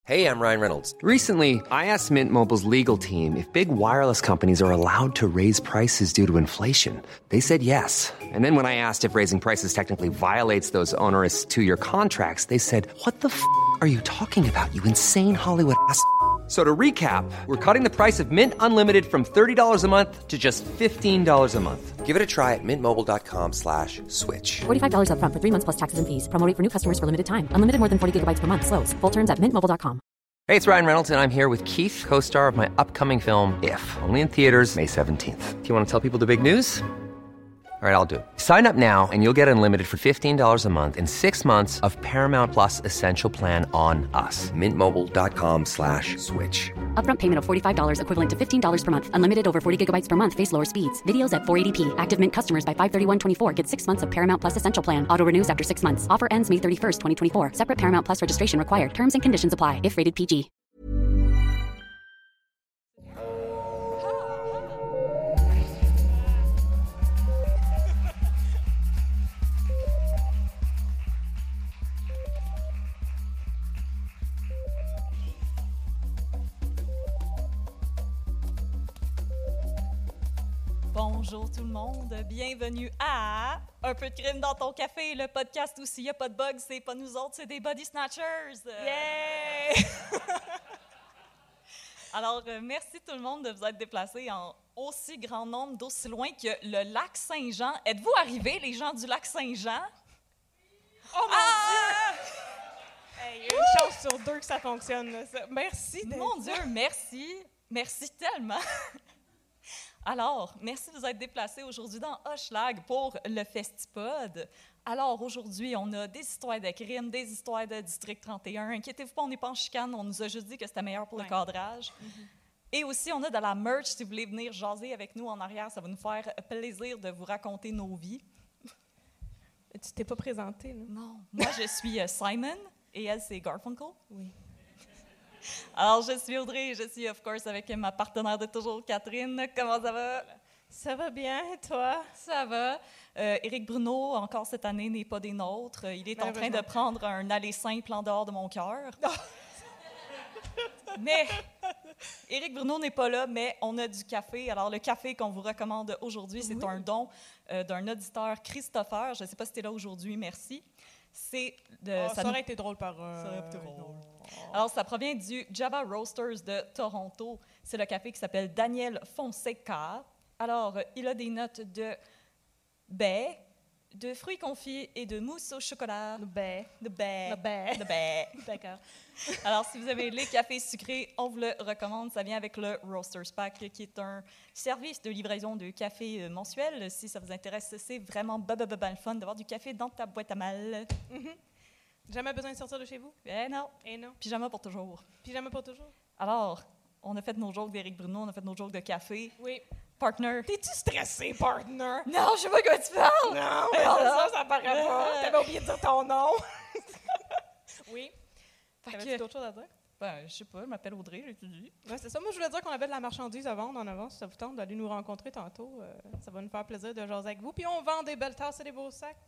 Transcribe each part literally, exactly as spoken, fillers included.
Hey, I'm Ryan Reynolds. Recently, I asked Mint Mobile's legal team if big wireless companies are allowed to raise prices due to inflation. They said yes. And then when I asked if raising prices technically violates those onerous two-year contracts, they said, "What the f*** are you talking about, you insane Hollywood ass?" So to recap, we're cutting the price of Mint Unlimited from thirty dollars a month to just fifteen dollars a month. Give it a try at mintmobile.com slash switch. forty-five dollars up front for three months plus taxes and fees. Promo rate for new customers for limited time. Unlimited more than forty gigabytes per month. Slows full terms at mint mobile dot com. Hey, it's Ryan Reynolds, and I'm here with Keith, co-star of my upcoming film, If, only in theaters May seventeenth. Do you want to tell people the big news? All right, I'll do it. Sign up now and you'll get unlimited for fifteen dollars a month and six months of Paramount Plus Essential Plan on us. mintmobile.com slash switch. Upfront payment of forty-five dollars equivalent to fifteen dollars per month. Unlimited over forty gigabytes per month. Face lower speeds. Videos at four eighty p. Active Mint customers by five thirty-one twenty-four get six months of Paramount Plus Essential Plan. Auto renews after six months. Offer ends May thirty-first, twenty twenty-four. Separate Paramount Plus registration required. Terms and conditions apply if rated P G. Bonjour tout le monde, bienvenue à Un peu de crime dans ton café, le podcast où s'il n'y a pas de bugs, c'est pas nous autres, c'est des body snatchers. Yay! Alors, euh, merci tout le monde de vous être déplacés en aussi grand nombre, d'aussi loin que le lac Saint-Jean. Êtes-vous arrivés, les gens du lac Saint-Jean? Oh mon ah! Dieu! Hey, il y a une chance sur deux que ça fonctionne. Là, ça. Merci. Mon Dieu, merci. Merci tellement. Alors, merci de vous être déplacés aujourd'hui dans Hochelag pour le Festipod. Alors, aujourd'hui, on a des histoires de crimes, des histoires de District trente et un. Inquiétez-vous pas, on n'est pas en chicane, on nous a juste dit que c'était meilleur pour ouais. le cadrage. Mm-hmm. Et aussi, on a de la merch. Si vous voulez venir jaser avec nous en arrière, ça va nous faire plaisir de vous raconter nos vies. Tu t'es pas présentée, non? Non. Moi, je suis Simon et elle, c'est Garfunkel. Oui. Alors, je suis Audrey et je suis, of course, avec ma partenaire de toujours, Catherine. Comment ça va? Ça va bien, et toi? Ça va. Euh, Éric Bruno, encore cette année, n'est pas des nôtres. Il est en train de prendre un aller simple en dehors de mon cœur. Mais Éric Bruno n'est pas là, mais on a du café. Alors, le café qu'on vous recommande aujourd'hui, c'est oui. un don euh, d'un auditeur, Christopher. Je ne sais pas si tu es là aujourd'hui, merci. C'est de, oh, ça, ça aurait nous... été drôle par... Euh... Ça aurait été drôle. Alors, ça provient du Java Roasters de Toronto. C'est le café qui s'appelle Daniel Fonseca. Alors, il a des notes de baie, de fruits confits et de mousse au chocolat. De baie. De baie. De baie. De baie. D'accord. Alors, si vous avez les cafés sucrés, on vous le recommande. Ça vient avec le Roasters Pack, qui est un service de livraison de café mensuel. Si ça vous intéresse, c'est vraiment babababa le fun d'avoir du café dans ta boîte à mal. Mm-hmm. Jamais besoin de sortir de chez vous? Eh non. Eh non. Pyjama pour toujours. Pyjama pour toujours? Alors, on a fait nos jokes d'Éric Bruno, on a fait nos jokes de café. Oui. Partner. T'es-tu stressé, partner? Non, je sais pas quoi tu parles. Non, mais ça, ça paraît pas. T'avais oublié de dire ton nom. Oui. T'avais-tu d'autres choses à dire? Ben, je sais pas, je m'appelle Audrey, j'étudie. Ouais, c'est ça. Moi, je voulais dire qu'on avait de la marchandise à vendre en avant. Si ça vous tente d'aller nous rencontrer tantôt, euh, ça va nous faire plaisir de jaser avec vous. Puis on vend des belles tasses et des beaux sacs.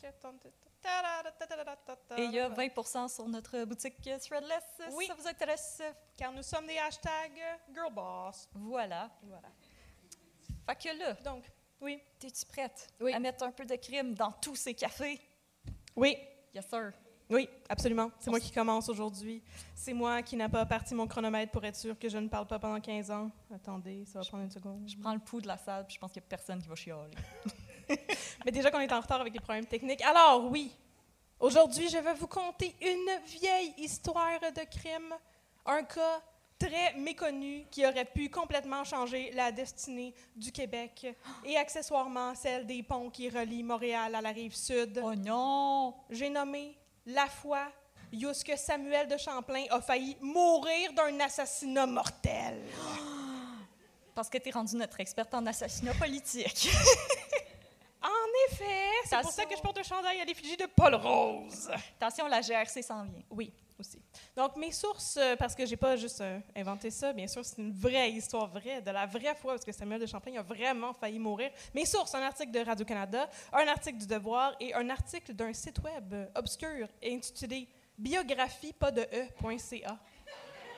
Et il y a vingt pour cent sur notre boutique Threadless, oui. si ça vous intéresse. Car nous sommes des hashtags Girlboss. Voilà. Voilà. Fait que là, donc, oui. T'es-tu prête oui. à mettre un peu de crime dans tous ces cafés? Oui. Yes, sir. Oui, absolument. C'est moi qui commence aujourd'hui. C'est moi qui n'ai pas parti mon chronomètre pour être sûr que je ne parle pas pendant quinze ans. Attendez, ça va je, prendre une seconde. Je prends le pouls de la salle, puis je pense qu'il n'y a personne qui va chialer. Mais déjà qu'on est en retard avec les problèmes techniques. Alors, oui, aujourd'hui, je vais vous conter une vieille histoire de crime, un cas très méconnu qui aurait pu complètement changer la destinée du Québec et accessoirement celle des ponts qui relient Montréal à la rive sud. Oh non! J'ai nommé la fois où ce que Samuel de Champlain a failli mourir d'un assassinat mortel. Parce que tu es rendu notre experte en assassinat politique. En effet, c'est Attention. Pour ça que je porte un chandail à l'effigie de Paul Rose. Attention, la G R C s'en vient. Oui, aussi. Donc, mes sources, euh, parce que j'ai pas juste euh, inventé ça, bien sûr, c'est une vraie histoire vraie, de la vraie fois, parce que Samuel de Champlain a vraiment failli mourir. Mes sources, un article de Radio-Canada, un article du Devoir et un article d'un site web euh, obscur intitulé biographie pas de e point c a.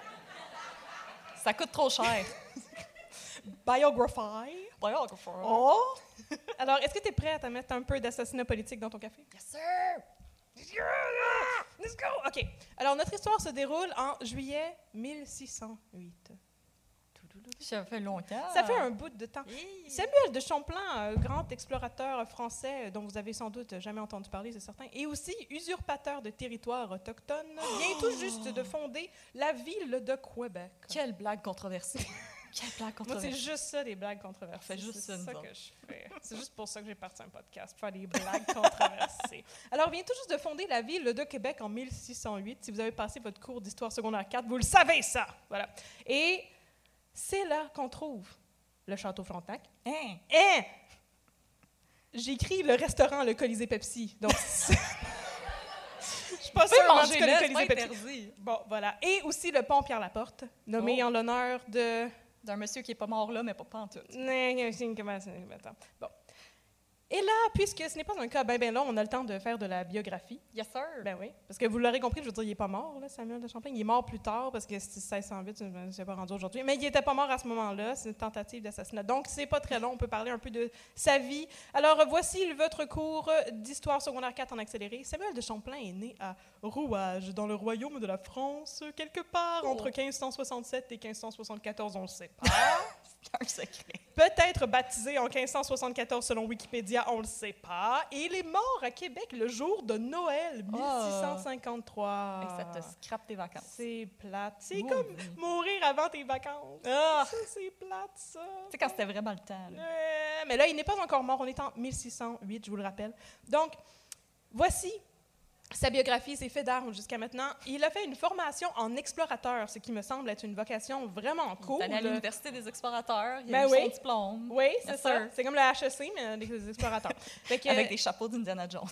Ça coûte trop cher. Biography. Biographer. Oh! Alors, est-ce que tu es prête à mettre un peu d'assassinat politique dans ton café? Yes, sir! Let's go! OK. Alors, notre histoire se déroule en juillet mille six cent huit. Ça fait longtemps. Ça fait un bout de temps. Hey. Samuel de Champlain, un grand explorateur français dont vous avez sans doute jamais entendu parler, c'est certain, et aussi usurpateur de territoires autochtones, vient tout juste de fonder la ville de Québec. Quelle blague controversée. Quelle blague Moi, controversée. c'est juste ça, des blagues controversées. On fait juste c'est ça, nous ça autres. que je fais. C'est juste pour ça que j'ai parti un podcast, pour faire des blagues controversées. Alors, il vient tout juste de fonder la ville de Québec en mille six cent huit. Si vous avez passé votre cours d'histoire secondaire quatre, vous le savez, ça! Voilà. Et c'est là qu'on trouve le Château Frontenac. Hein? Hein? J'écris le restaurant, le Colisée Pepsi. Donc, c'est- je suis pas Tu peux sûre en tout manger cas, là, le c'est pas Colisée Pepsi. interdit. Bon, voilà. Et aussi le pont Pierre-Laporte, nommé Oh. en l'honneur de... D'un monsieur qui est pas mort là, mais pas pantoute. Bon. Et là, puisque ce n'est pas un cas bien ben long, on a le temps de faire de la biographie. Yes, sir. Ben oui, parce que vous l'aurez compris, je veux dire, il n'est pas mort, là, Samuel de Champlain. Il est mort plus tard, parce que c'est seize cent huit, je ne sais pas rendu aujourd'hui. Mais il n'était pas mort à ce moment-là, c'est une tentative d'assassinat. Donc, c'est pas très long, on peut parler un peu de sa vie. Alors, voici votre cours d'histoire secondaire quatre en accéléré. Samuel de Champlain est né à Rouage, dans le royaume de la France, quelque part Oh. entre quinze cent soixante-sept et quinze cent soixante-quatorze, on le sait pas. C'est un secret. Peut-être baptisé en quinze cent soixante-quatorze selon Wikipédia, on le sait pas. Et il est mort à Québec le jour de Noël mille six cent cinquante-trois. Et ça te scrape tes vacances. C'est plate. C'est Maudit. comme mourir avant tes vacances. Ah! Ça, c'est plate, ça. Tu sais, quand c'était vraiment le temps. Là. Euh, mais là, il n'est pas encore mort. On est en mille six cent huit, je vous le rappelle. Donc, voici sa biographie, ses faits d'armes jusqu'à maintenant. Il a fait une formation en explorateur, ce qui me semble être une vocation vraiment Il cool. est allé à l'Université des explorateurs, il Ben a eu oui. son diplôme. Oui, c'est Yes, ça. sir. C'est comme le H E C, mais des explorateurs. Fait que, Avec des chapeaux d'Indiana Jones.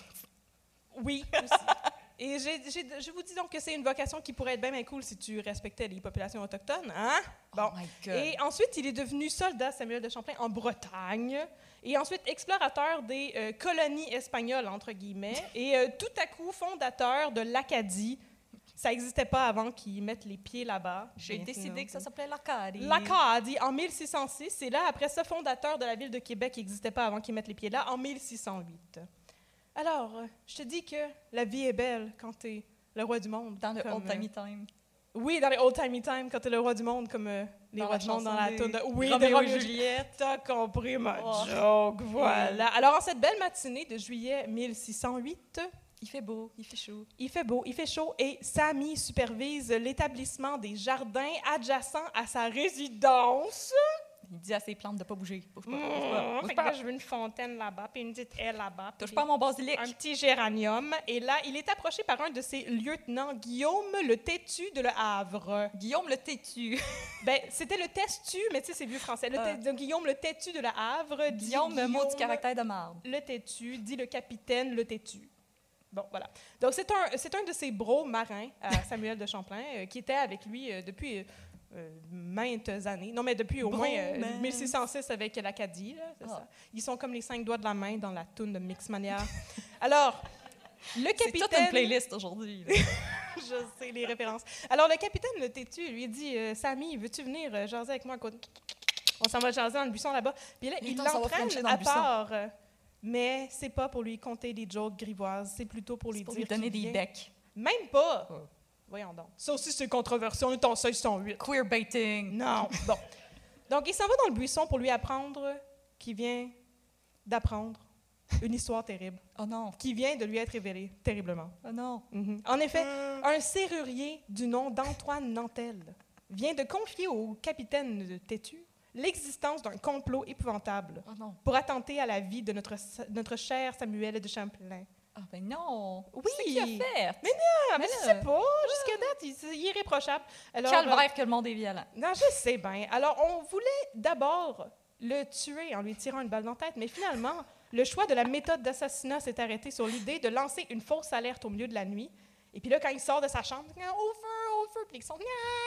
Oui, aussi. Et j'ai- j'ai- je vous dis donc que c'est une vocation qui pourrait être bien, bien cool si tu respectais les populations autochtones. Hein? Bon. Oh my God. Et ensuite, il est devenu soldat, Samuel de Champlain, en Bretagne. Et ensuite, explorateur des euh, colonies espagnoles, entre guillemets. Et euh, tout à coup, fondateur de l'Acadie. Ça n'existait pas avant qu'ils mettent les pieds là-bas. J'ai Mais décidé non. que ça s'appelait l'Acadie. L'Acadie, en mille six cent six. Et là, après ça, fondateur de la ville de Québec qui n'existait pas avant qu'ils mettent les pieds là, en mille six cent huit. Alors, euh, je te dis que la vie est belle quand tu es le roi du monde. Dans le comme, old timey euh, time. Oui, dans les old-timey time, quand tu es le roi du monde, comme euh, les Dans rois la du monde dans chanson la des toune de... Oui, Roméo de et Roméo et Juliette. T'as compris ma Oh. joke, voilà. Alors, en cette belle matinée de juillet mille six cent huit, Il fait beau, il fait chaud. il fait beau, il fait chaud et Sammy supervise l'établissement des jardins adjacents à sa résidence. Il dit à ses plantes de ne pas bouger. Bouge pas, bouge pas, Mmh, bouge fait que pas. là, je veux une fontaine là-bas, puis une petite aile là-bas. puis Touche pas à mon basilic. un petit géranium. Et là, il est approché par un de ses lieutenants, Guillaume le Têtu de Le Havre. Guillaume le têtu. Ben, c'était le Testu, mais tu sais, c'est vieux français. Le Ah. Té- donc, Guillaume le Têtu de Le Havre. dit Guillaume, mot du caractère de marde. Le Têtu, dit le capitaine le Têtu. Bon, voilà. Donc, c'est un, c'est un de ses bros marins, à Samuel de Champlain, euh, qui était avec lui euh, depuis... euh, Euh, maintes années. Non, mais depuis au moins euh, Bromance. mille six cent six avec l'Acadie. Là, c'est Ah. ça. Ils sont comme les cinq doigts de la main dans la toune de Mixmania. Alors, le C'est capitaine... toute une playlist aujourd'hui. là. Je sais les références. Alors, le capitaine le Têtu lui dit euh, Sammy, veux-tu venir euh, jaser avec moi à côté? On s'en va jaser dans le buisson là-bas. Puis là, il Attends, ça va l'entraîne frencher dans le à buisson. part. euh, mais c'est pas pour lui conter des jokes grivoises, c'est plutôt pour lui C'est pour dire lui donner qu'il des vient- becs. Même pas. Oh. Voyons donc. Ça aussi, c'est controversé. On est en seize cent huit. Queer baiting. Non. Bon. Donc, il s'en va dans le buisson pour lui apprendre qu'il vient d'apprendre une histoire terrible, Oh non. qui vient de lui être révélée terriblement. Oh non. Mhm. En effet, un serrurier du nom d'Antoine Nantel vient de confier au capitaine de Têtu l'existence d'un complot épouvantable Oh non. pour attenter à la vie de notre, notre cher Samuel de Champlain. Ah ben non. Oui. C'est qu'il a fait. Mais non, mais Mais je là- sais pas. Jusqu'à date, il, il est irréprochable. Alors, Calvaire que le monde est violent. euh, non, je sais bien. Alors, on voulait d'abord le tuer en lui tirant une balle dans la tête, mais finalement, le choix de la méthode d'assassinat s'est arrêté sur l'idée de lancer une fausse alerte au milieu de la nuit. Et puis là, quand il sort de sa chambre, « Au feu, au feu! » Puis ils sont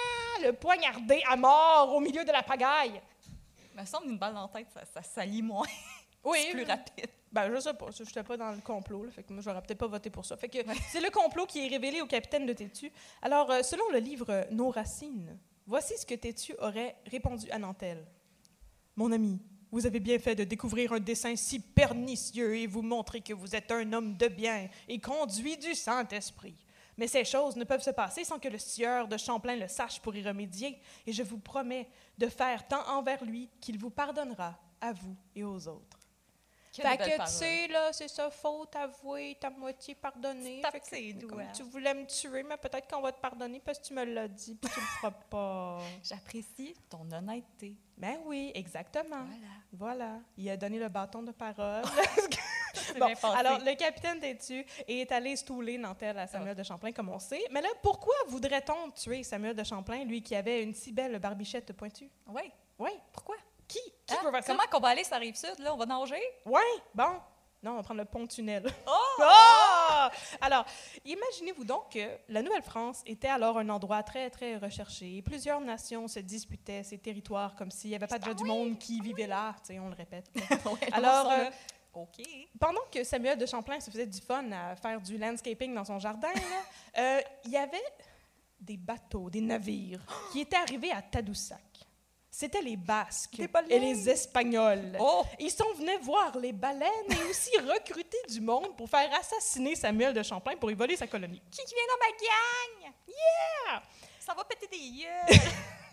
« Le poignardé à mort au milieu de la pagaille! Il me semble qu'une balle dans la tête, ça, ça salit moins. » Oui. C'est plus rapide. Ben, je sais pas. Je n'étais pas dans le complot. Là, fait que moi, j'aurais peut-être pas voté pour ça. Fait que c'est le complot qui est révélé au capitaine de Têtu. Alors, euh, selon le livre Nos Racines, Voici ce que Tétu aurait répondu à Nantel. « Mon ami, vous avez bien fait de découvrir un dessein si pernicieux et vous montrer que vous êtes un homme de bien et conduit du Saint-Esprit. Mais ces choses ne peuvent se passer sans que le sieur de Champlain le sache pour y remédier, et je vous promets de faire tant envers lui qu'il vous pardonnera, à vous et aux autres. » Quelle Fait belle que, parole. tu sais, là, c'est sa faute, avouée, ta moitié pardonnée. Tape Fait que, ses doigts. comme tu voulais me tuer, mais peut-être qu'on va te pardonner parce que tu me l'as dit, puis tu le feras pas. J'apprécie ton honnêteté. Ben oui, exactement. Voilà. Voilà. Il a donné le bâton de parole. C'est Bon, bien passé. alors, le capitaine Tétu est allé stouler Nantel à Samuel de Champlain, comme on sait. Mais là, pourquoi voudrait-on tuer Samuel de Champlain, lui qui avait une si belle barbichette pointue? Oui. Oui. Pourquoi? Qui? Qui Hein? peut faire ça? Comment qu'on va aller sur la Rive-Sud, là? On va nager? Oui, bon. Non, on va prendre le pont-tunnel. Oh! Ah! Alors, imaginez-vous donc que la Nouvelle-France était alors un endroit très, très recherché. Plusieurs nations se disputaient ces territoires comme s'il n'y avait pas déjà du monde qui vivait là. Tu sais, on le répète. Ouais, Alors, on sent euh, le- OK. Pendant que Samuel de Champlain se faisait du fun à faire du landscaping dans son jardin, là, euh, il y avait des bateaux, des navires qui étaient arrivés à Tadoussac. C'était les Basques Des baleines. et les Espagnols. Oh! Ils sont venus voir les baleines et aussi recruter du monde pour faire assassiner Samuel de Champlain pour y voler sa colonie. Qui qui vient dans ma gang? Yeah! Ça va péter des yeux!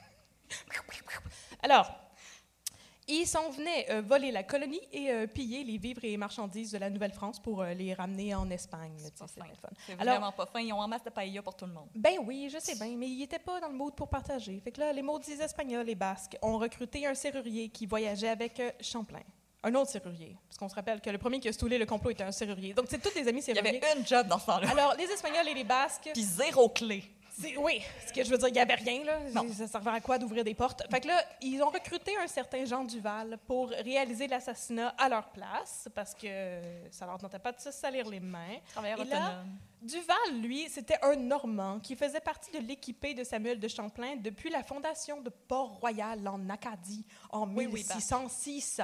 Alors, ils s'en venaient euh, voler la colonie et euh, piller les vivres et marchandises de la Nouvelle-France pour euh, les ramener en Espagne. là, tu sais, pas c'est fin. bien le fun. C'est Alors, vraiment pas fin. Ils ont en masse de paella pour tout le monde. ben oui, je sais bien, mais ils n'étaient pas dans le mood pour partager. Fait que là, les maudits Espagnols et Basques ont recruté un serrurier qui voyageait avec euh, Champlain. Un autre serrurier. Parce qu'on se rappelle que le premier qui a stoulé le complot était un serrurier. Donc, c'est tous des amis Il y serruriers. avait une job dans ce temps-là. Alors, les Espagnols et les Basques... Puis zéro clé. C'est- oui, ce que je veux dire, il n'y avait rien, là. Non. Ça servait à quoi d'ouvrir des portes? Fait que là, ils ont recruté un certain Jean Duval pour réaliser l'assassinat à leur place, parce que ça leur tentait pas de se salir les mains. Travailleur Et là, autonome. Duval, lui, c'était un Normand qui faisait partie de l'équipée de Samuel de Champlain depuis la fondation de Port-Royal en Acadie en Oui, oui, mille six cent six.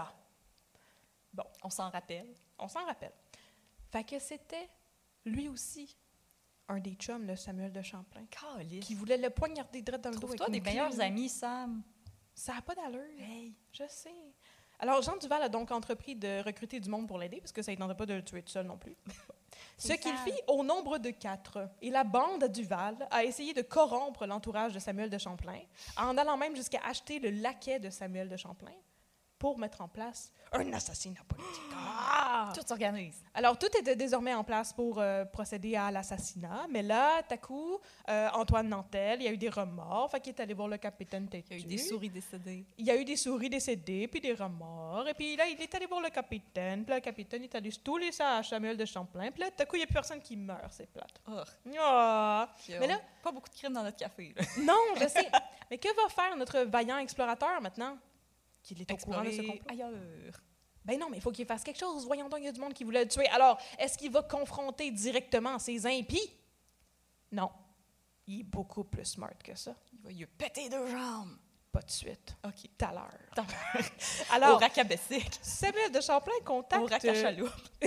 Bon, On s'en rappelle. on s'en rappelle. Fait que c'était lui aussi un des chums de Samuel de Champlain Calice. qui voulait le poignarder direct dans le dos. Trouve-toi avec des une meilleurs clé. amis, Sam. Ça n'a pas d'allure. Je sais. Alors, Jean Duval a donc entrepris de recruter du monde pour l'aider, parce que ça ne tentait pas de le tuer tout seul non plus. Ce C'est qu'il sad. fit au nombre de quatre. Et la bande à Duval a essayé de corrompre l'entourage de Samuel de Champlain, en allant même jusqu'à acheter le laquais de Samuel de Champlain pour mettre en place un assassinat politique. Ah! Tout s'organise. Alors, tout était désormais en place pour euh, procéder à l'assassinat, mais là, tout à coup, euh, Antoine Nantel, il y a eu des remords, fait qu'il est allé voir le capitaine Tétu. Il y a eu des souris décédées. Il y a eu des souris décédées, puis des remords, et puis là, il est allé voir le capitaine, puis là, le capitaine est allé stouler ça à Samuel de Champlain, puis là, tout à coup, il n'y a plus personne qui meurt, c'est plate. Oh. Ah! Puis, Mais euh, là, pas beaucoup de crimes dans notre café. là. non, je sais. Mais que va faire notre vaillant explorateur maintenant? Qu'il est au courant de ce Explorer complot? ailleurs. Ben non, mais il faut qu'il fasse quelque chose. Voyons donc, il y a du monde qui voulait le tuer. Alors, est-ce qu'il va confronter directement ses impies? Non. Il est beaucoup plus smart que ça. Il va lui péter deux jambes. Pas de suite. OK. Tout à l'heure. Attends. Au Alors, racabessic. Samuel de Champlain contacte... Au rack à chaloupe.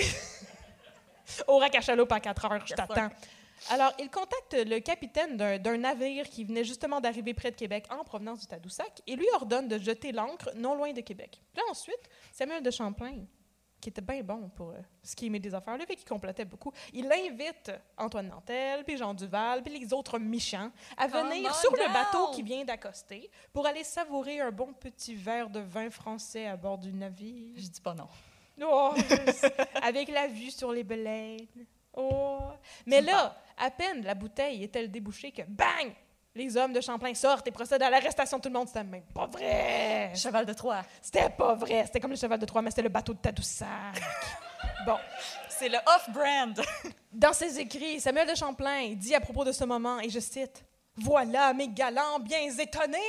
Au rack à chaloupe à quatre heures, je Yes, t'attends. Alors, il contacte le capitaine d'un d'un navire qui venait justement d'arriver près de Québec en provenance du Tadoussac et lui ordonne de jeter l'ancre non loin de Québec. Puis là, ensuite, Samuel de Champlain, qui était bien bon pour euh, ce qui aimait des affaires, le fait qu'il complétait beaucoup, il invite Antoine Nantel, puis Jean Duval, puis les autres méchants à Come venir on sur le down! bateau qui vient d'accoster pour aller savourer un bon petit verre de vin français à bord du navire. Je dis pas non. Oh, avec la vue sur les baleines. Oh. Mais là, à peine la bouteille est-elle débouchée que bang! Les hommes de Champlain sortent et procèdent à l'arrestation de tout le monde. C'était même pas vrai! Cheval de Troie. C'était pas vrai! C'était comme le cheval de Troie, mais c'était le bateau de Tadoussac. Bon. C'est le off-brand. Dans ses écrits, Samuel de Champlain dit à propos de ce moment, et je cite, « Voilà mes galants bien étonnés! »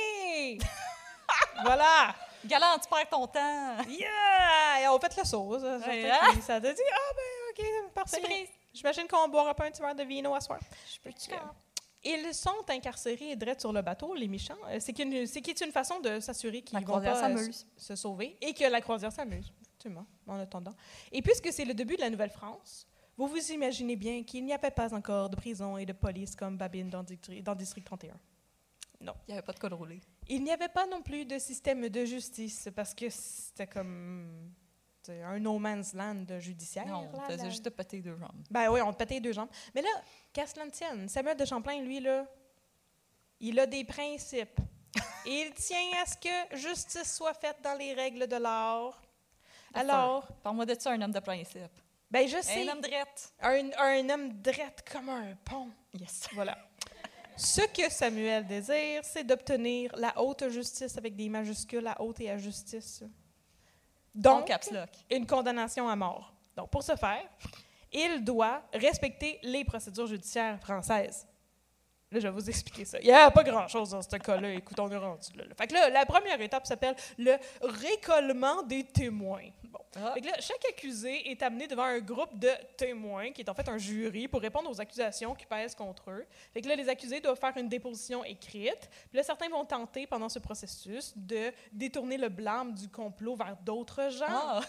Voilà! Galant, tu perds ton temps. Yeah! Et on fait le saut. Ça, ça, Ouais, fait hein? que ça te dit, ah ben, OK, parfait. C'est vrai. J'imagine qu'on boira pas un petit verre de vino à soir. Je peux Fait que, Ils sont incarcérés direct sur le bateau, les méchants. Euh, C'est qu'une, c'est qui est une façon de s'assurer qu'ils La ne vont croisière pas euh, s'amuse. se se sauver et que la croisière s'amuse. Effectivement, en attendant. Et puisque c'est le début de la Nouvelle-France, vous vous imaginez bien qu'il n'y avait pas encore de prison et de police comme Babine dans, Distri- dans District trente et un. Non. Il n'y avait pas de code roulé. Il n'y avait pas non plus de système de justice parce que c'était comme t'sais, un no man's land judiciaire. Non, on là, faisait là. juste te péter deux jambes. Ben oui, on te pétait les deux jambes. Mais là, qu'à cela ne tienne, Samuel de Champlain, lui, là, il a des principes. Et il tient à ce que justice soit faite dans les règles de l'art. Alors, Parle-moi de ça, un homme de principe. ben je sais, Un homme drette. un, un homme drette comme un pont. Yes. Voilà. Ce que Samuel désire, c'est d'obtenir la haute justice avec des majuscules à haute et à justice. En Donc, caps lock. une condamnation à mort. Donc, pour ce faire, il doit respecter les procédures judiciaires françaises. Là, je vais vous expliquer ça. Il n'y a pas grand-chose dans ce cas-là. Écoute, on est rendu là. Fait que là, la première étape s'appelle le récollement des témoins. Bon. Ah. Fait que là, chaque accusé est amené devant un groupe de témoins, qui est en fait un jury, pour répondre aux accusations qui pèsent contre eux. Fait que là, les accusés doivent faire une déposition écrite. Puis là, certains vont tenter, pendant ce processus, de détourner le blâme du complot vers d'autres gens, Ah.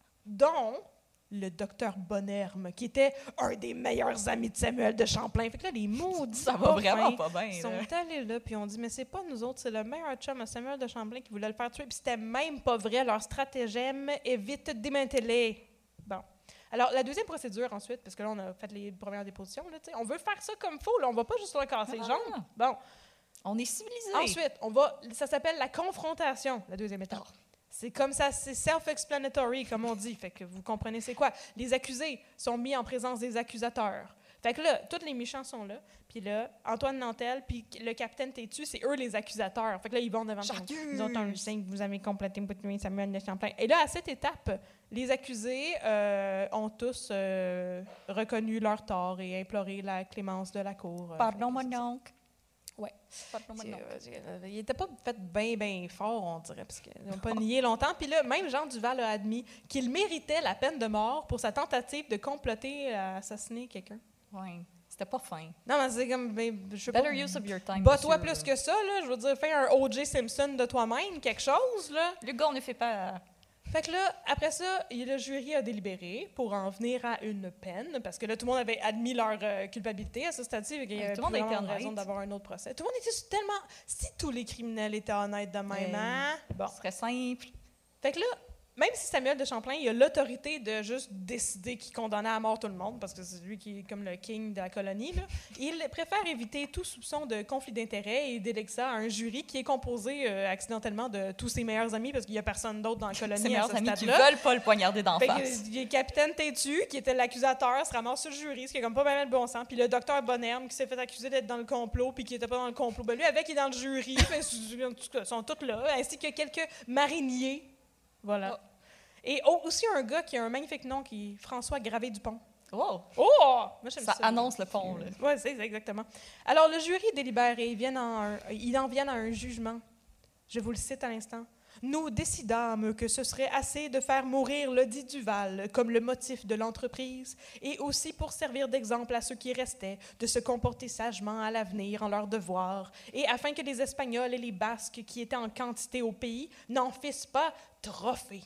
dont le docteur Bonherme, qui était un des meilleurs amis de Samuel de Champlain. Fait que là, les maudits Ça va pas vraiment fins pas bien. sont là. allés là, puis on dit, mais c'est pas nous autres, c'est le meilleur chum à Samuel de Champlain qui voulait le faire tuer. Puis c'était même pas vrai, leur stratagème est vite démantelé. Bon. Alors, la deuxième procédure ensuite, parce que là, on a fait les premières dépositions, là, tu sais, on veut faire ça comme faux, là, on va pas juste leur casser les Ah. jambes. Bon. On est civilisé. Ensuite, on va, ça s'appelle la confrontation, la deuxième étape. C'est comme ça, c'est self-explanatory, comme on dit, fait que vous comprenez c'est quoi. Les accusés sont mis en présence des accusateurs. Fait que là, tous les méchants sont là, puis là, Antoine Nantel, puis le capitaine Tétu, c'est eux les accusateurs. Fait que là, ils vont devant tout le monde. Ils ont un cinq, vous avez complété Samuel de Champlain. Et là, à cette étape, les accusés euh, ont tous euh, reconnu leur tort et imploré la clémence de la cour. Pardon-moi donc. Ouais. Pardon-moi donc. Euh, il n'était pas fait bien, bien fort, on dirait, parce qu'ils n'ont pas nié longtemps. Puis là, même Jean Duval a admis qu'il méritait la peine de mort pour sa tentative de comploter à assassiner quelqu'un. Ouais. C'était pas fin. Non, mais c'est comme, ben, je sais pas. Better use of your time. Bats-toi monsieur. plus que ça, là. Je veux dire, fais un O J Simpson de toi-même, quelque chose, là. Le gars, on ne fait pas. Fait que là, après ça, le jury a délibéré pour en venir à une peine, parce que là, tout le monde avait admis leur euh, culpabilité à ce stade-ci, il y avait tout le monde plus était vraiment de honnête. raison d'avoir un autre procès. Tout le monde était tellement... Si tous les criminels étaient honnêtes de même, Ouais. hein? Bon. Ce serait simple. Fait que là, même si Samuel de Champlain, il a l'autorité de juste décider qu'il condamnait à mort tout le monde, parce que c'est lui qui est comme le king de la colonie, là, il préfère éviter tout soupçon de conflit d'intérêts et délègue ça à un jury qui est composé euh, accidentellement de tous ses meilleurs amis, parce qu'il n'y a personne d'autre dans la Ses colonie à meilleurs ce amis qui stade-là. veulent pas le poignarder d'en Fait que, face. il y a le capitaine Tétu, qui était l'accusateur, se ramasse sur le jury, ce qui est comme pas mal de bon sens. Puis le docteur Bonherme, qui s'est fait accuser d'être dans le complot, puis qui était pas dans le complot. Ben lui, avec, il est dans le jury. Ben, en tout cas, ils sont tous là, ainsi que quelques mariniers. Voilà. Oh. Et oh, aussi un gars qui a un magnifique nom, qui est François Gravé-Dupont. Oh! Oh! Moi, j'aime Ça ça. annonce le pont, là. Oui, c'est ça, exactement. Alors, le jury délibère et ils, viennent en un- ils en viennent à un jugement. Je vous le cite à l'instant. Nous décidâmes que ce serait assez de faire mourir le dit Duval comme le motif de l'entreprise et aussi pour servir d'exemple à ceux qui restaient de se comporter sagement à l'avenir en leur devoir et afin que les Espagnols et les Basques qui étaient en quantité au pays n'en fissent pas trophée.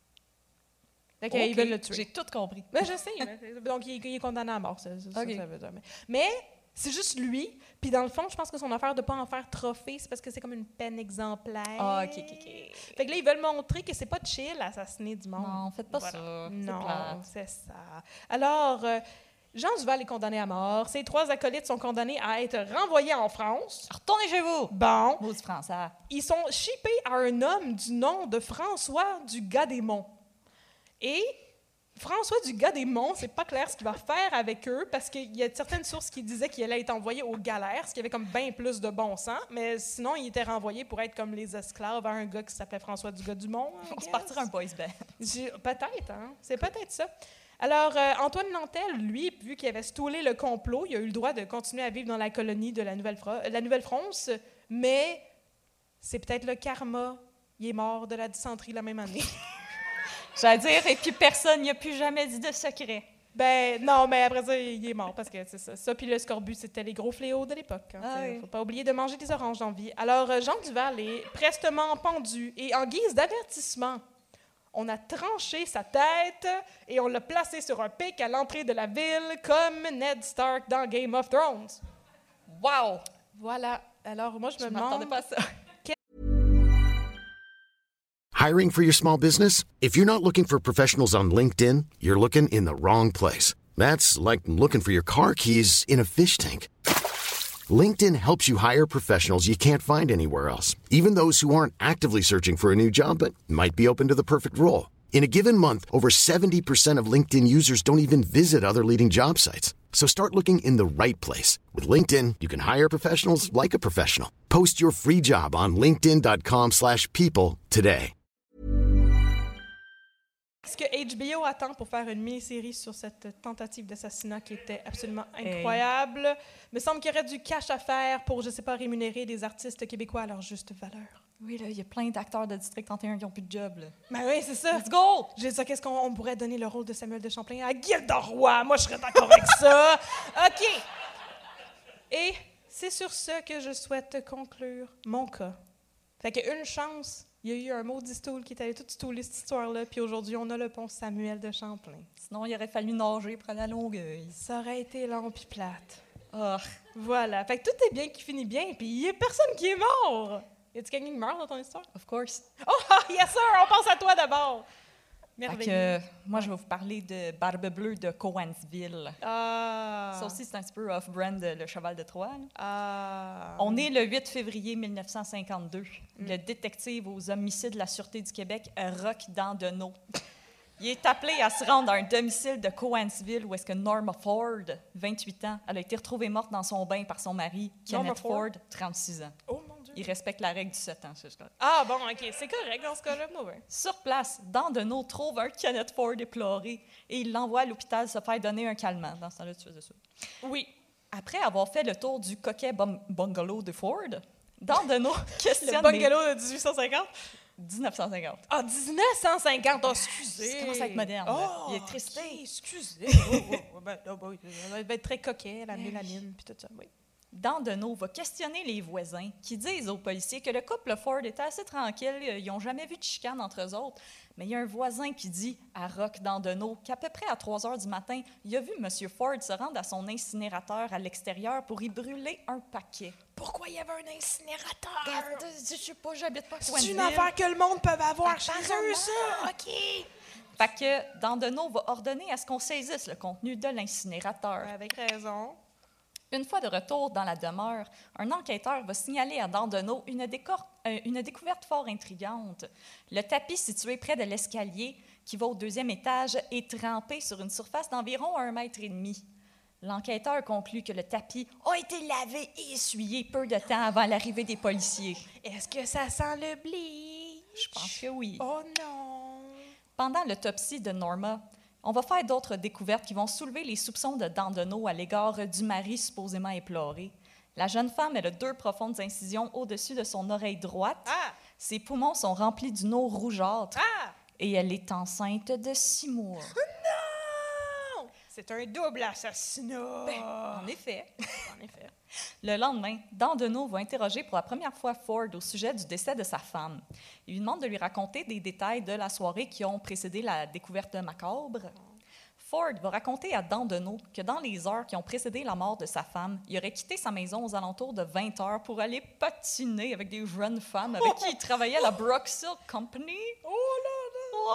Fait qu'ils Ok, veulent le tuer. J'ai tout compris. Ben, je sais. mais- donc, il est, il est condamné à mort, ça, ça, ça, Ok. ça veut dire. Mais, mais c'est juste lui. Puis, dans le fond, je pense que son affaire de ne pas en faire trophée, c'est parce que c'est comme une peine exemplaire. Ah, ok, ok, ok. Fait que là, ils veulent montrer que c'est pas chill assassiner du monde. Non, faites pas Voilà. ça. C'est Non, plate. c'est ça. Alors, euh, Jean Duval est condamné à mort. Ses trois acolytes sont condamnés à être renvoyés en France. Retournez chez vous! Bon, Maudit français. ils sont shippés à un homme du nom de François du Gars-des-Monts. Et François du Gars-des-Monts, c'est pas clair ce qu'il va faire avec eux, parce qu'il y a certaines sources qui disaient qu'il allait être envoyé aux galères, ce qui avait comme bien plus de bon sens, mais sinon, il était renvoyé pour être comme les esclaves à un gars qui s'appelait François du Gars-du-Mont. I On se guess. partira un boys band. J'ai- Peut-être, hein? C'est peut-être ça. Alors, euh, Antoine Nantel, lui, vu qu'il avait stoulé le complot, il a eu le droit de continuer à vivre dans la colonie de la Nouvelle-Fra- la Nouvelle-France, mais c'est peut-être le karma. Il est mort de la dysenterie la même année. J'allais dire, et puis personne n'y a plus jamais dit de secret. Ben non, mais après ça, il est mort parce que c'est ça. Ça puis le scorbut, c'était les gros fléaux de l'époque. Il Ah ne oui. faut pas oublier de manger des oranges dans la vie. Alors, euh, Jean Duval est prestement pendu et en guise d'avertissement, on a tranché sa tête et on l'a placé sur un pic à l'entrée de la ville comme Ned Stark dans Game of Thrones. Wow! Voilà. Alors, moi, je me Je m'attendais demande... pas à ça. Hiring for your small business? If you're not looking for professionals on LinkedIn, you're looking in the wrong place. That's like looking for your car keys in a fish tank. LinkedIn helps you hire professionals you can't find anywhere else, even those who aren't actively searching for a new job but might be open to the perfect role. In a given month, over seventy percent of LinkedIn users don't even visit other leading job sites. So start looking in the right place. With LinkedIn, you can hire professionals like a professional. Post your free job on linkedin.com slash people today. Ce que H B O attend pour faire une mini-série sur cette tentative d'assassinat qui était absolument incroyable. Hey. Me semble qu'il y aurait du cash à faire pour, je sais pas, rémunérer des artistes québécois à leur juste valeur. Oui, là, il y a plein d'acteurs de District trente et un qui n'ont plus de job, là. Ben oui, c'est ça. Let's go! J'ai dit, qu'est-ce qu'on on pourrait donner le rôle de Samuel de Champlain à Gilda Roy? Moi, je serais d'accord avec ça. OK. Et c'est sur ce que je souhaite conclure mon cas. Fait qu'une chance... Il y a eu un maudit stool qui est allé tout stouler cette histoire-là, puis aujourd'hui, on a le pont Samuel de Champlain. Sinon, il aurait fallu nager pour aller à Longueuil. Ça aurait été long puis plate. Oh. Voilà. Fait que tout est bien qui finit bien, puis il n'y a personne qui est mort. Y a-tu quelqu'un qui meurt dans ton histoire? Of course. Oh, yes sir! On pense à toi d'abord! Merveilleux. Fait que, moi, je vais vous parler de Barbe Bleue de Cowansville. Ah! Ça aussi, c'est un petit peu off-brand de Le Cheval de Troie. Là. Ah! On est le huit février mille neuf cent cinquante-deux. Mm. Le détective aux homicides de la Sûreté du Québec, Roch Dandenault. Il est appelé à se rendre à un domicile de Cowansville où est-ce que Norma Ford, vingt-huit ans, elle a été retrouvée morte dans son bain par son mari, Norma Kenneth Ford, Ford, trente-six ans. Oh mon Dieu! Il respecte la règle du sept ans, c'est ça. Ah bon, OK. C'est correct dans ce cas-là, moi, ouais. Sur place, Dandenault trouve un Kenneth Ford éploré et il l'envoie à l'hôpital se faire donner un calmant. Dans ce temps-là, tu faisais ça. Oui. Après avoir fait le tour du coquet bum- bungalow de Ford, Dandenault questionne... Le bungalow de dix-huit cent cinquante? dix-neuf cent cinquante. Ah, dix-neuf cent cinquante! Oh, excusez! Ça commence à être moderne. Oh, il est triste. Okay, excusez! oh, oh, oh, ben, oh, ben, il va être très coquet, la mélanine, puis tout ça, oui. Dandenault va questionner les voisins qui disent aux policiers que le couple Ford était assez tranquille, ils n'ont jamais vu de chicane entre eux autres. Mais il y a un voisin qui dit à Roch Dandenault qu'à peu près à trois heures du matin, il a vu M. Ford se rendre à son incinérateur à l'extérieur pour y brûler un paquet. Pourquoi il y avait un incinérateur? Je sais pas, j'habite pas à C'est Cowansville. une affaire que le monde peut avoir chez Apparemment. eux, ça! OK! Fait que Dandenault va ordonner à ce qu'on saisisse le contenu de l'incinérateur. Avec raison. Une fois de retour dans la demeure, un enquêteur va signaler à Dandenault une, décor- euh, une découverte fort intrigante. Le tapis situé près de l'escalier, qui va au deuxième étage, est trempé sur une surface d'environ un mètre et demi. L'enquêteur conclut que le tapis a été lavé et essuyé peu de temps avant l'arrivée des policiers. Est-ce que ça sent le bleach? Je pense que oui. Oh non! Pendant l'autopsie de Norma, on va faire d'autres découvertes qui vont soulever les soupçons de Dandenault à l'égard du mari supposément éploré. La jeune femme elle a deux profondes incisions au-dessus de son oreille droite. Ah! Ses poumons sont remplis d'une eau rougeâtre. Ah! Et elle est enceinte de six mois. Non! C'est un double assassinat! Ben, en effet. En effet. Le lendemain, Dandenault va interroger pour la première fois Ford au sujet du décès de sa femme. Il lui demande de lui raconter des détails de la soirée qui ont précédé la découverte macabre. Ford va raconter à Dandenault que dans les heures qui ont précédé la mort de sa femme, il aurait quitté sa maison aux alentours de vingt heures pour aller patiner avec des jeunes femmes avec qui il travaillait à la Brock Silk Company. Oh là là!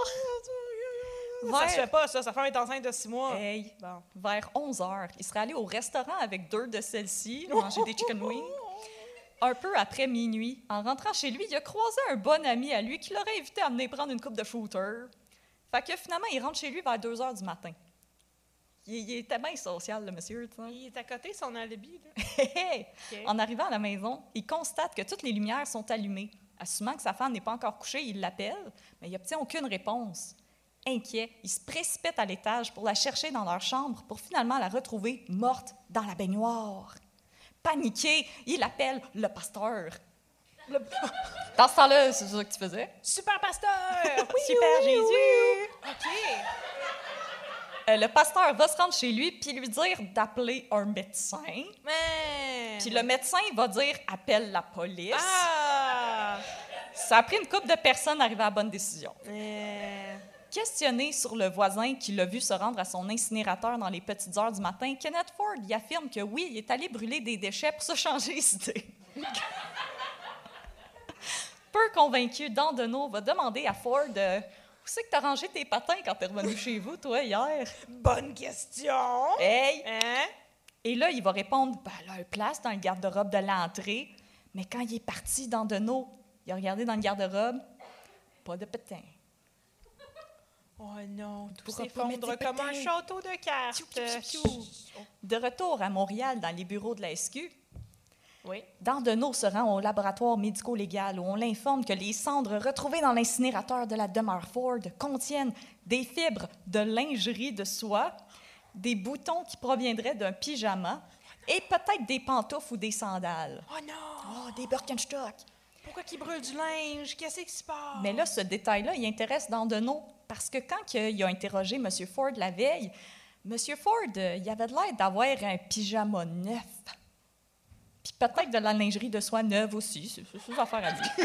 Oh. Ça se fait pas, ça. Sa femme est enceinte de six mois. Hey, Bon. vers onze heures, il serait allé au restaurant avec deux de celles-ci, manger des chicken wings. Un peu après minuit, en rentrant chez lui, il a croisé un bon ami à lui qui l'aurait invité à venir prendre une coupe de shooter. Fait que finalement, il rentre chez lui vers deux heures du matin. Il, il était bien social, le monsieur. Tu sais. Il est à côté, son alibi. Là. Hey! Okay. En arrivant à la maison, il constate que toutes les lumières sont allumées. Assumant que sa femme n'est pas encore couchée, il l'appelle, mais il n'obtient aucune réponse. Inquiet, il se précipite à l'étage pour la chercher dans leur chambre pour finalement la retrouver morte dans la baignoire. Paniqué, il appelle le pasteur. Le... Dans ce temps-là, c'est ça que tu faisais? Super pasteur! Oui, Super oui, Jésus! oui. OK. Euh, le pasteur va se rendre chez lui puis lui dire d'appeler un médecin. Mais... Puis le médecin va dire « appelle la police Ah! ». Ça a pris une couple de personnes à arriver à la bonne décision. Mais... Questionné sur le voisin qui l'a vu se rendre à son incinérateur dans les petites heures du matin, Kenneth Ford y affirme que oui, il est allé brûler des déchets pour se changer les idées. Peu convaincu, Dandeno va demander à Ford euh, où c'est que tu as rangé tes patins quand tu es revenu chez vous, toi, hier? Bonne question! Hey! Hein? Et là, il va répondre ben, leur place dans le garde-robe de l'entrée. Mais quand il est parti, Dandeno, il a regardé dans le garde-robe, pas de patins. Oh non, tout pourras pas s'effondre mettre tes comme un patins. château de cartes. Piou, piou, piou. De retour à Montréal, dans les bureaux de la S Q, Oui. Dandeno se rend au laboratoire médico-légal où on l'informe que les cendres retrouvées dans l'incinérateur de la demeure Ford contiennent des fibres de lingerie de soie, des boutons qui proviendraient d'un pyjama et peut-être des pantoufles ou des sandales. Oh non! Oh, des Birkenstock! Pourquoi qu'il brûle du linge? Qu'est-ce qui se passe? Mais là, ce détail-là, il intéresse Dandeno parce que quand il a interrogé M. Ford la veille, M. Ford, euh, il avait l'air d'avoir un pyjama neuf. Puis peut-être de la lingerie de soie neuve aussi. C'est c'est ça affaire à dire.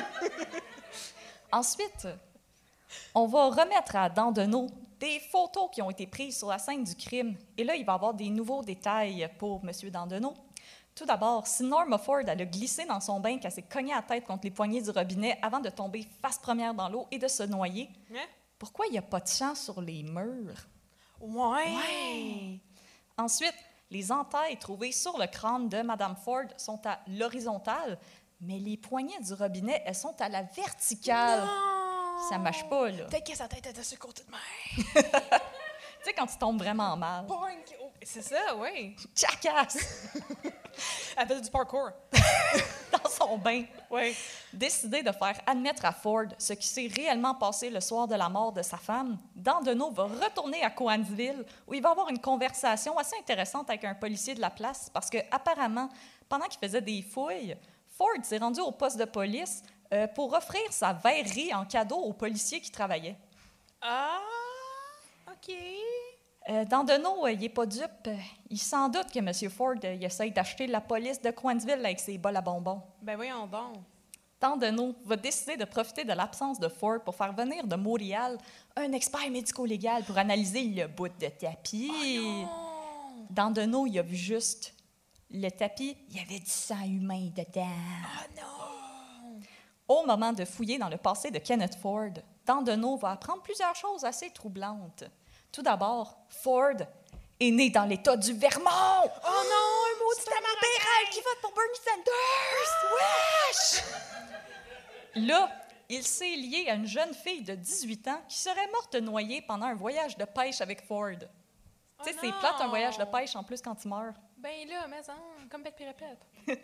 Ensuite, on va remettre à Dandeno des photos qui ont été prises sur la scène du crime. Et là, il va y avoir des nouveaux détails pour M. Dandeno. Tout d'abord, si Norma Ford elle a glissé dans son bain, qu'elle s'est cognée la tête contre les poignées du robinet avant de tomber face première dans l'eau et de se noyer, Hein? pourquoi il n'y a pas de sang sur les murs? Ouais! Ouais. Ensuite, les entailles trouvées sur le crâne de Mme Ford sont à l'horizontale, mais les poignées du robinet, elles sont à la verticale. Non! Ça marche pas, là. Peut-être que sa tête était sur le côté de mer. Tu sais, quand tu tombes vraiment mal. Boing! Oh, c'est ça, oui. Jackass! Elle faisait du parkour. Dans son bain. Oui. Décidé de faire admettre à Ford ce qui s'est réellement passé le soir de la mort de sa femme, Dandeno va retourner à Coansville où il va avoir une conversation assez intéressante avec un policier de la place parce que apparemment, pendant qu'il faisait des fouilles, Ford s'est rendu au poste de police euh, pour offrir sa verrerie en cadeau aux policiers qui travaillaient. Ah! OK. Euh, Dandeno, euh, il n'est pas dupe. Il s'en doute que M. Ford euh, il essaye d'acheter la police de Coansville avec ses bols à bonbons. Ben voyons donc. Dandeno va décider de profiter de l'absence de Ford pour faire venir de Montréal un expert médico-légal pour analyser le bout de tapis. Oh, Dandeno, il a vu juste le tapis, il y avait du sang humain dedans. oh non! Au moment de fouiller dans le passé de Kenneth Ford, Dandeno va apprendre plusieurs choses assez troublantes. Tout d'abord, Ford est né dans l'État du Vermont. Oh non, un maudit libéral qui vote pour Bernie Sanders! Wesh! Là, il s'est lié à une jeune fille de dix-huit ans qui serait morte noyée pendant un voyage de pêche avec Ford. Tu sais, Oh c'est non! plate un voyage de pêche en plus quand il meurt. Ben là, mais hein, comme bête puis répète.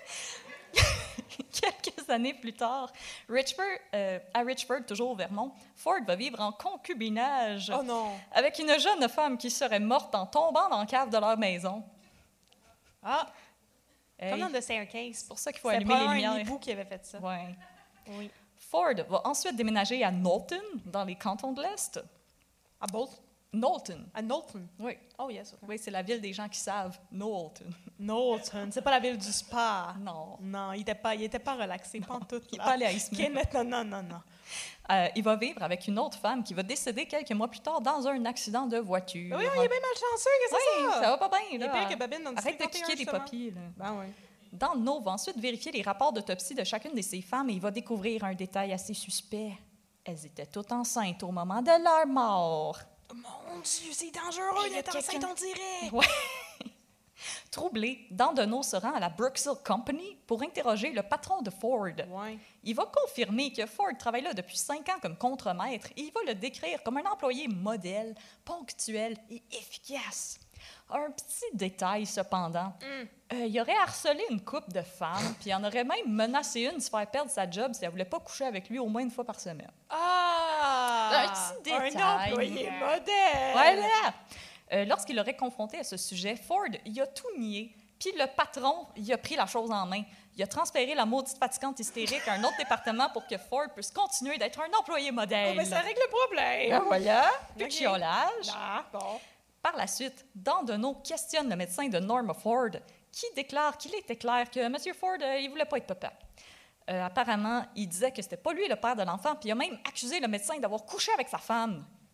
Quelques années plus tard, Richford, euh, à Richford, toujours au Vermont, Ford va vivre en concubinage Oh non! avec une jeune femme qui serait morte en tombant dans la cave de leur maison. Ah! Hey, Comme dans The Staircase. c'est pour ça qu'il faut C'est allumer les probablement un lumières. hibou qui avait fait ça. Ouais. Oui. Ford va ensuite déménager à Knowlton, dans les cantons de l'Est. À Bolton? Knowlton, À Knowlton? oui. Oh yes, OK. Oui, c'est la ville des gens qui savent. Knowlton. Knowlton, c'est pas la ville du spa. Non. Non, il était pas, il était pas relaxé, pas en tout. Il n'est là. pas allé à Eastman. Kenneth, non, non, non, non. Euh, il va vivre avec une autre femme qui va décéder quelques mois plus tard dans un accident de voiture. Oui, il est bien malchanceux, qu'est-ce que Oui, c'est ça va pas bien. Il est là. pire que Babine dans le Arrête de cinquante et un, cliquer des justement. papiers. Là. Ben oui. Dandeno va ensuite vérifier les rapports d'autopsie de chacune de ses femmes et il va découvrir un détail assez suspect. Elles étaient toutes enceintes au moment de leur mort. Mon Dieu, c'est dangereux Il y a d'être enceinte, quelqu'un- on dirait. Ouais. Troublé, Dandeno se rend à la Brooks Hill Company pour interroger le patron de Ford. Ouais. Il va confirmer que Ford travaille là depuis cinq ans comme contremaître et il va le décrire comme un employé modèle, ponctuel et efficace. Un petit détail, cependant. Euh, il aurait harcelé une couple de femmes, puis il en aurait même menacé une de se faire perdre sa job si elle voulait pas coucher avec lui au moins une fois par semaine. Ah! Un petit détail. Un employé modèle. Voilà! Euh, Lorsqu'il l'aurait confronté à ce sujet, Ford, il a tout nié. Puis le patron, il a pris la chose en main. Il a transféré la maudite fatigante hystérique à un autre département pour que Ford puisse continuer d'être un employé modèle. Oh, mais ça règle le problème. Ben voilà, plus Ok. de chiolage. Ah, bon. Par la suite, Dandeno questionne le médecin de Norma Ford, qui déclare qu'il était clair que M. Ford, euh, il voulait pas être papa. Euh, apparemment, il disait que c'était pas lui le père de l'enfant, puis il a même accusé le médecin d'avoir couché avec sa femme.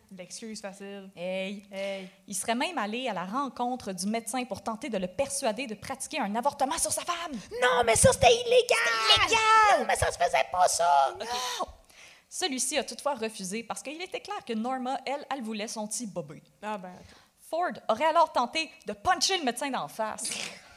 L'excuse facile. Hey. Hey. Il serait même allé à la rencontre du médecin pour tenter de le persuader de pratiquer un avortement sur sa femme. Non, mais ça, c'était illégal! C'était illégal! Non, mais ça se faisait pas, ça! Okay. Celui-ci a toutefois refusé parce qu'il était clair que Norma, elle, elle voulait son petit bébé. Ah ben, OK. Ford aurait alors tenté de puncher le médecin d'en face.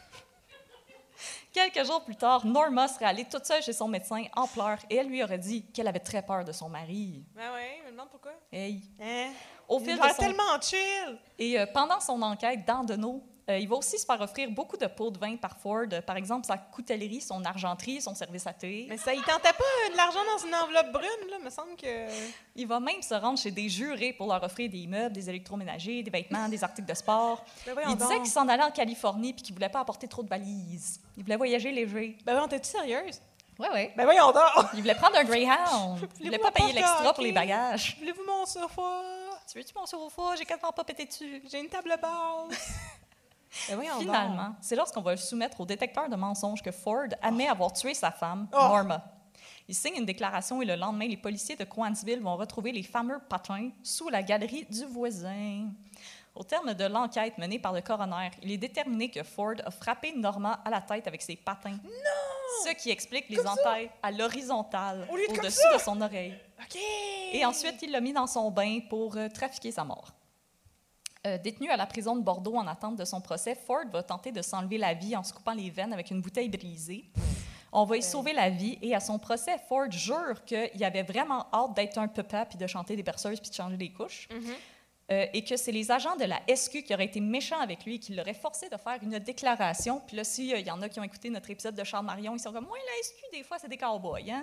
Quelques jours plus tard, Norma serait allée toute seule chez son médecin en pleurs et elle lui aurait dit qu'elle avait très peur de son mari. Ben oui, je me demande pourquoi. Hey. Hein? Au Il fil a de son... tellement chill! Et euh, pendant son enquête d'Andenau, euh, il va aussi se faire offrir beaucoup de pots de vin par Ford. Euh, par exemple, sa coutellerie, son argenterie, son service à thé. Mais ça, il tentait pas de l'argent dans une enveloppe brune, là, me semble que... Il va même se rendre chez des jurés pour leur offrir des meubles, des électroménagers, des vêtements, des articles de sport. Ben voyons Il disait donc. qu'il s'en allait en Californie puis qu'il voulait pas apporter trop de valises. Il voulait voyager léger. Ben voyons, t'es-tu sérieuse? Oui, oui. Ben voyons donc! Il voulait prendre un Greyhound. Il voulait Voulez-vous pas payer un l'extra porte-hockey? pour les bagages. Voulez-vous mon sofa? Tu veux-tu mon sofa? J'ai quasiment pas pété dessus. J'ai une table basse. Ben voyons donc. Finalement, c'est lorsqu'on va le soumettre au détecteur de mensonges que Ford admet avoir tué sa femme, Oh. Norma. Il signe une déclaration et le lendemain, les policiers de Coansville vont retrouver les fameux patins sous la galerie du voisin. Au terme de l'enquête menée par le coroner, il est déterminé que Ford a frappé Norma à la tête avec ses patins. Non! Ce qui explique les entailles à l'horizontale, Au lieu de comme au-dessus ça? de son oreille. OK! Et ensuite, il l'a mis dans son bain pour euh, trafiquer sa mort. Euh, détenu à la prison de Bordeaux en attente de son procès, Ford va tenter de s'enlever la vie en se coupant les veines avec une bouteille brisée. On va y sauver la vie et à son procès, Ford jure qu'il avait vraiment hâte d'être un papa puis de chanter des berceuses puis de changer des couches. Mm-hmm. Euh, et que c'est les agents de la S Q qui auraient été méchants avec lui et qui l'auraient forcé de faire une déclaration. Puis là, s'il y en a qui ont écouté notre épisode de Charles Marion, ils sont comme « Ouais, la S Q, des fois, c'est des cow-boys, hein? »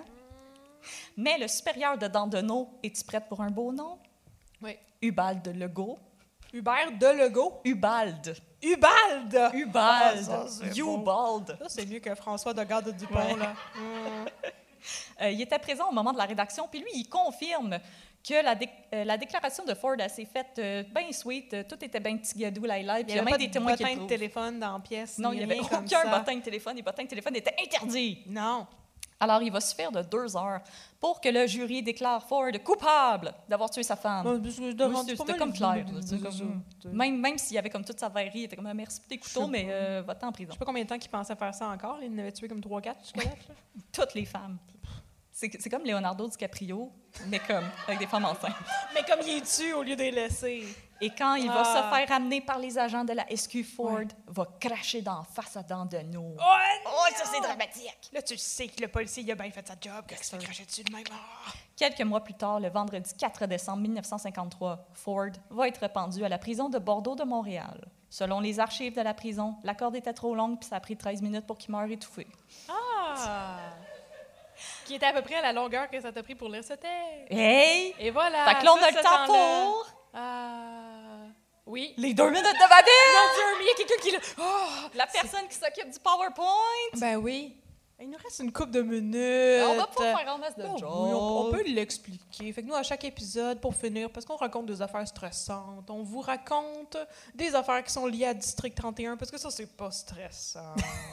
Mais le supérieur de Dandenau, es-tu prête pour un beau nom? Oui. Ubald Legault. Hubert de Legault. Ubald. Ubald! Ubald. Ah, ça, c'est Ubald. Ça, c'est mieux que François de Garde Dupont, Ouais. là. Mm. Euh, il était présent au moment de la rédaction, puis lui, il confirme que la, dé- euh, la déclaration de Ford elle s'est faite euh, bien sweet, euh, tout était bien petit gadou, là, là, Il puis n'y il y a avait même pas des de témoins qui le bottin de prouvent. téléphone dans la pièce. Non, ni il n'y avait rien comme aucun ça. bottin de téléphone. Les bottins de téléphone étaient interdits. Non. Alors, il va suffire de deux heures pour que le jury déclare Ford coupable d'avoir tué sa femme. Bon, parce que je Oui, devrais- c'était c'est pas c'était mal comme vu, clair. là, là, c'est c'est ça. comme- C'est- Même, même s'il y avait comme toute sa verrerie, il était comme ah, merci pour tes couteaux, mais euh, va-t'en en prison. Je sais pas combien de temps qu'il pensait faire ça encore. Il en avait tué comme trois quatre jusqu'à date, là. Toutes les femmes. C'est c'est comme Leonardo DiCaprio, mais comme avec des femmes enceintes. Mais comme il est tue au lieu de les laisser. Et quand il va Ah. se faire amener par les agents de la S Q, Ford Ouais. va cracher d'en face à Dandenau. Oh, Oh, ça, c'est dramatique! Là, tu sais que le policier il a bien fait sa job, qu'il se fait cracher dessus de même. Ah. Quelques mois plus tard, le vendredi quatre décembre mille neuf cent cinquante-trois, Ford va être pendu à la prison de Bordeaux de Montréal. Selon les archives de la prison, la corde était trop longue puis ça a pris treize minutes pour qu'il meure étouffé. Ah! Qui était à peu près à la longueur que ça t'a pris pour lire ce texte. Hey! Et voilà! Fait que là, on tout a le ce temps temps-là. pour Ah... Oui. les deux minutes de Vadé! Mon Dieu, mais il y a quelqu'un qui... le- Oh! La personne qui s'occupe du PowerPoint! Ben oui. Il nous reste une couple de minutes. On va pas faire en masse de Oh oui, jokes. on, on peut l'expliquer. Fait que nous, à chaque épisode, pour finir, parce qu'on raconte des affaires stressantes, on vous raconte des affaires qui sont liées à District trente et un, parce que ça, c'est pas stressant.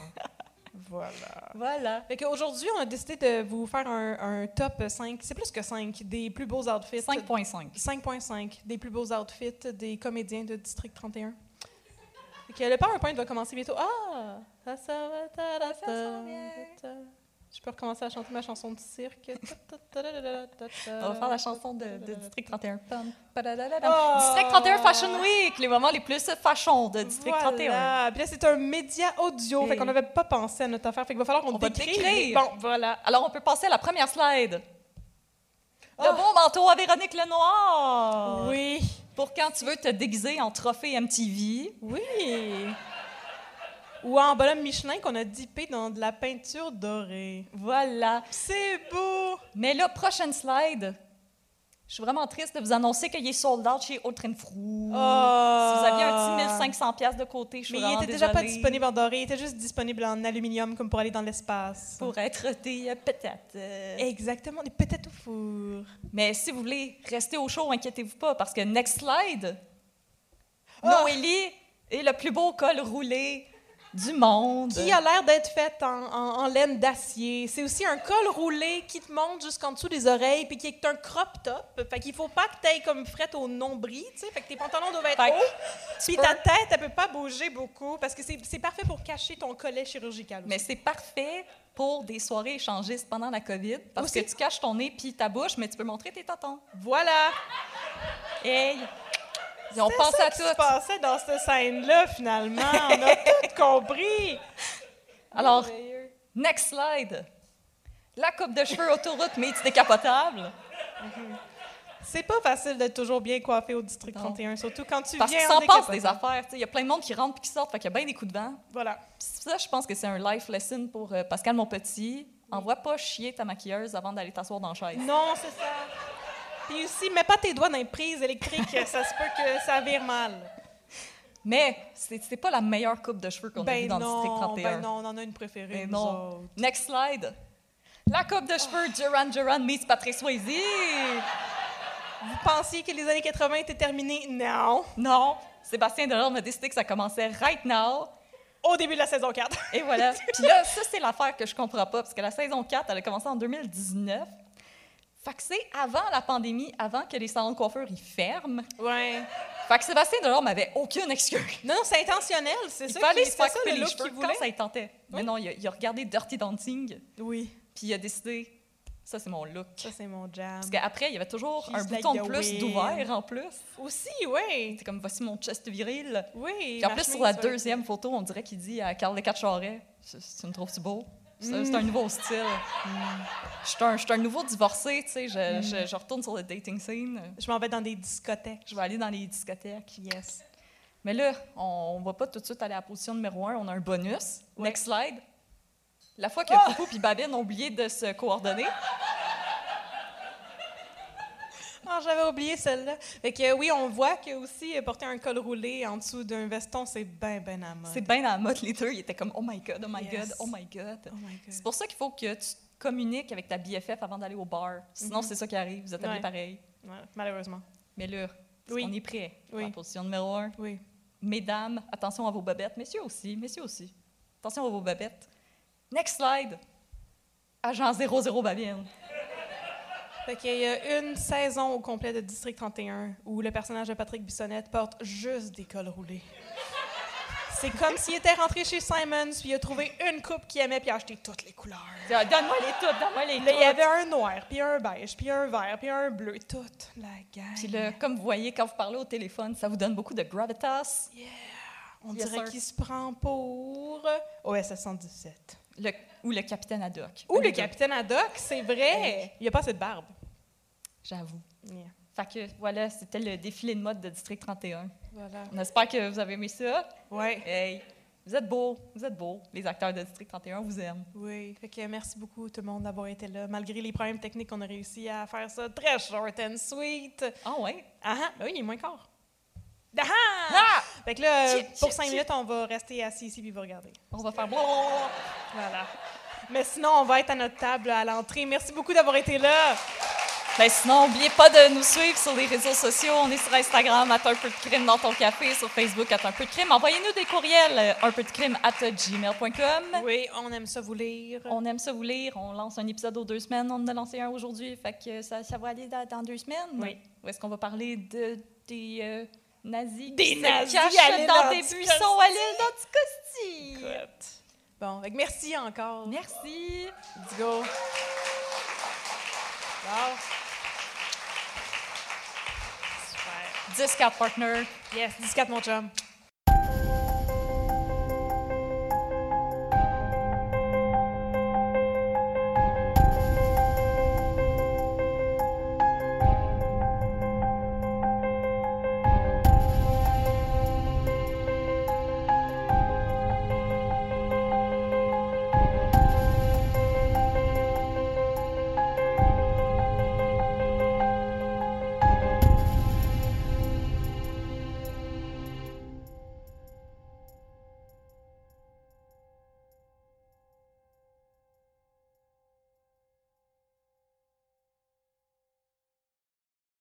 Voilà. Voilà. Fait qu'aujourd'hui, on a décidé de vous faire un, un top cinq, c'est plus que cinq, des plus beaux outfits. cinq virgule cinq. cinq virgule cinq des plus beaux outfits des comédiens de District trente et un. Fait que le PowerPoint va commencer bientôt. Ah! Ça, ça va, ta, ta, Ça s'en vient. ta, ta. Je peux recommencer à chanter ma chanson de cirque. On va faire la chanson de, de District trente et un. Pam, padadadadam. Oh! District trente et un Fashion Week, les moments les plus fashion de District trente et un. Voilà. Puis là, c'est un média audio. Et- Fait qu'on n'avait pas pensé à notre affaire. Fait qu'il va falloir qu'on On va décrive. décrire. Bon, voilà. Alors, on peut passer à la première slide. Le Ah! beau manteau à Véronique Lenoir. Oui. Pour quand tu veux te déguiser en trophée M T V. Oui. Ou en bonhomme Michelin qu'on a dippé dans de la peinture dorée. Voilà. C'est beau! Mais là, prochaine slide. Je suis vraiment triste de vous annoncer qu'il est sold out chez Autrin Frou. Oh. Si vous aviez un dix mille cinq cents dollars de côté, je suis Mais il vraiment était déjà pas désolée. disponible en doré, il était juste disponible en aluminium comme pour aller dans l'espace. Pour être des euh, patates. euh. Exactement, des patates au four. Mais si vous voulez rester au chaud, inquiétez-vous pas, parce que next slide, Ah! Noélie est le plus beau col roulé du monde. Qui a l'air d'être faite en, en- en laine d'acier. C'est aussi un col roulé qui te monte jusqu'en dessous des oreilles puis qui est un crop top. Fait qu'il faut pas que tu ailles comme frette au nombril, tu sais. Fait que tes pantalons doivent être Fait que hauts. Puis peux- ta tête, elle peut pas bouger beaucoup parce que c'est c'est parfait pour cacher ton collet chirurgical aussi. Mais c'est parfait pour des soirées échangistes pendant la COVID parce Aussi. que tu caches ton nez puis ta bouche, mais tu peux montrer tes tontons. Voilà! Hey! On C'est pense ça à qui tout. se passait dans cette scène-là, finalement. On a tout compris. Alors, Merveilleux. next slide. La coupe de cheveux autoroute meets décapotable. C'est pas facile d'être toujours bien coiffé au District Non. trente et un, surtout quand tu Parce viens qu'il en s'en passe décapotable. des affaires. tu sais. Il y a plein de monde qui rentre et qui sort, fait qu'il y a bien des coups de vent. Voilà. Puis ça, je pense que c'est un life lesson pour euh, Pascal Monpetit. Envoie pas chier ta maquilleuse avant d'aller t'asseoir dans la chaise. Non, c'est ça. Puis aussi, mets pas tes doigts dans les prises électriques, ça se peut que ça vire mal. Mais c'est c'est pas la meilleure coupe de cheveux qu'on a vue Ben dans le District non, trente et un. ben non, on en a une préférée, Mais nous non. autres. Next slide. La coupe de cheveux Duran Duran meets Patrick Swayze. Vous pensiez que les années quatre-vingt étaient terminées? Non. Non. Sébastien Delorme a décidé que ça commençait right now. Au début de la saison quatre. Et voilà. Puis là, ça, c'est l'affaire que je comprends pas, parce que la saison quatre, elle a commencé en deux mille dix-neuf. Fait que c'est avant la pandémie, avant que les salons de coiffure ils ferment. Ouais. Fait que Sébastien Delorme avait aucune excuse. Non, non, c'est intentionnel, c'est Il ça. fallait qui- se c'est faire ça couper le les look cheveux qu'il quand voulait. ça y tentait. Mais non, il a, il a regardé Dirty Dancing, Oui, puis il a décidé, ça, c'est mon look. ça c'est mon jam. Parce qu'après, il y avait toujours She's un like bouton de the plus wind. d'ouvert en plus. Aussi, oui. C'est comme, voici mon chest viril. Oui. Puis en ma plus, sur chemise, la ouais. deuxième photo, on dirait qu'il dit à Carl Descattes-Charest, tu tu me trouves-tu beau? C'est c'est un nouveau style. Je suis un, je suis un nouveau divorcé, tu sais, je, je, je retourne sur le dating scene. Je m'en vais dans des discothèques. Je vais aller dans les discothèques. Yes. Mais là, on ne va pas tout de suite aller à la position numéro un, on a un bonus. Ouais. Next slide. La fois que Oh! Poupou et Babine ont oublié de se coordonner, Ah, j'avais oublié celle-là. Fait que oui, on voit que aussi euh, porter un col roulé en dessous d'un veston, c'est bien, bien à la mode. c'est bien dans la mode, les deux. Ils étaient comme « Oh my God, oh my Yes. God, oh my God Oh my God. C'est pour ça qu'il faut que tu communiques avec ta B F F avant d'aller au bar. Sinon, c'est ça qui arrive. Vous êtes habillés Ouais. pareil. Ouais, malheureusement. Mais là, est-ce Oui. qu'on est prêt pour Oui. la position numéro un? Oui. Mesdames, attention à vos bobettes. Messieurs aussi, messieurs aussi. Attention à vos bobettes. Next slide. Agent zéro zéro Babine. Fait qu'il y a une saison au complet de District trente et un où le personnage de Patrick Bissonnette porte juste des cols roulés. C'est comme s'il était rentré chez Simons puis il a trouvé une coupe qu'il aimait puis a acheté toutes les couleurs. Ah, donne-moi les toutes, donne-moi les Là, il y avait toutes. un noir, puis un beige, puis un vert, puis un bleu. Toute la gamme. Puis là, comme vous voyez, quand vous parlez au téléphone, ça vous donne beaucoup de gravitas. On Yes, dirait sir. qu'il se prend pour O S S cent dix-sept. Le- ou le capitaine Haddock. Ou Un le des deux. capitaine Haddock, c'est vrai. Il n'y a pas assez de barbe. J'avoue. Yeah. Fait que voilà, c'était le défilé de mode de District trente et un. Voilà. On espère que vous avez aimé ça. Ouais. Hey, vous êtes beaux, vous êtes beaux. Les acteurs de District trente et un vous aiment. Oui. Fait que merci beaucoup tout le monde d'avoir été là. Malgré les problèmes techniques, on a réussi à faire ça très short and sweet. Ah ouais? Ah ah, ben oui, il est moins quart. Ah ah! Ah! Fait que là, Chut, pour chut, cinq chut. minutes, on va rester assis ici puis vous regarder. On va faire blablabla. Voilà. Mais sinon, on va être à notre table à l'entrée. Merci beaucoup d'avoir été là. Ben sinon, n'oubliez pas de nous suivre sur les réseaux sociaux. On est sur Instagram, at un peu de crime dans ton café, sur Facebook, at un peu de crime. Envoyez-nous des courriels, euh, un peu de crime at gmail point com. Oui, on aime ça vous lire. On aime ça vous lire. On lance un épisode aux deux semaines. On en a lancé un aujourd'hui. Fait que ça, ça va aller dans, dans deux semaines. Oui. Où est-ce qu'on va parler de, des euh, nazis Des qui nazis se à cachent l'île dans des d'Anticosti. buissons à l'île d'Anticosti. Écoute. Bon, fait que merci encore. Merci. Let's go. Wow. Super. dix quatre partner. Yes, dix-quatre, mon chum.